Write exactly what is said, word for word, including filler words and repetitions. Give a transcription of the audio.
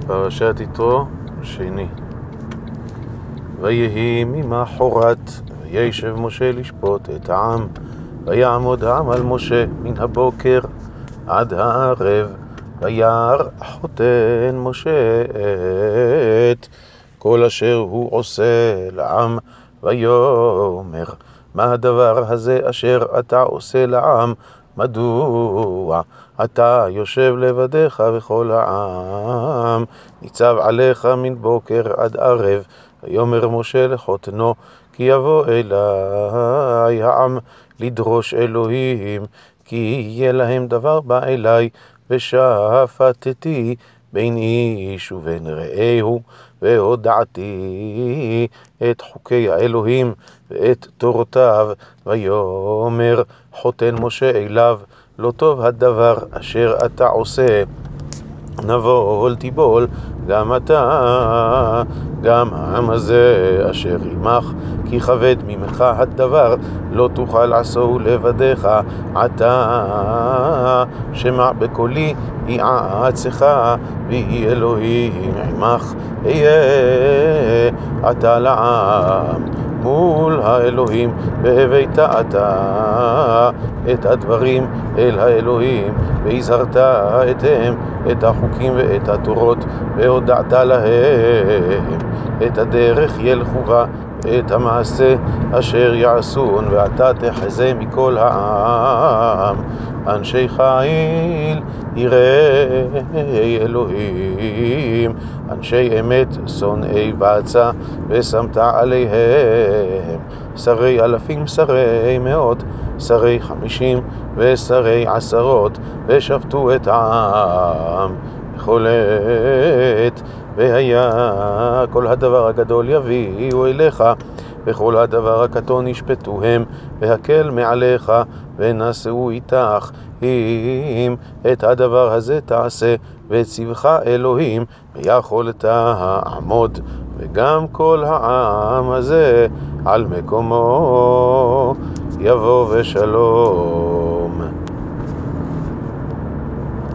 פרשת יתרו שני. ויהי ממחרת, וישב משה לשפוט את העם, ויעמוד העם על משה מן הבוקר עד הערב, וירא חותן משה את כל אשר הוא עושה לעם, ויאמר, מה הדבר הזה אשר אתה עושה לעם? מדוע אתה יושב לבדך וכל העם ניצב עליך מן בוקר עד ערב? ויאמר משה לחותנו, כי יבוא אלי העם לדרוש אלוהים, כי יהיה להם דבר בא אלי, ושפטתי בין איש ובין רעהו, והודעתי את חוקי האלוהים ואת תורותיו. ויאמר חותן משה אליו, לא טוב הדבר אשר אתה עושה, נבול תיבול גם אתה, גם העם הזה אשר עמך, כי כבד ממך הדבר, לא תוכל לעשו לבדך. אתה שמע בקולי, יעצך, ויהי אלוהים עמך, אהיה אתה לעם מול האלוהים, והבאת אתה את הדברים אל האלוהים, והזהרת אתם את החוקים ואת התורות, והודעת להם את הדרך ילכו בה, את המעשה אשר יעשון, ואתה תחזה מכל העם אנשי חיל יראי אלוהים, אנשי אמת שונאי בצע, ושמת עליהם שרי אלפים, שרי מאות, שרי חמישים ושרי עשרות, ושפטו את העם בכל עת. והיה כל הדבר הגדול יביאו אליך, וכל הדבר הקטון ישפטוהם, והקל מעליך, ונשאו איתך, אם את הדבר הזה תעשה, וציווך אלוהים, ויכולת העמוד, וגם כל העם הזה על מקומו יבוא בשלום.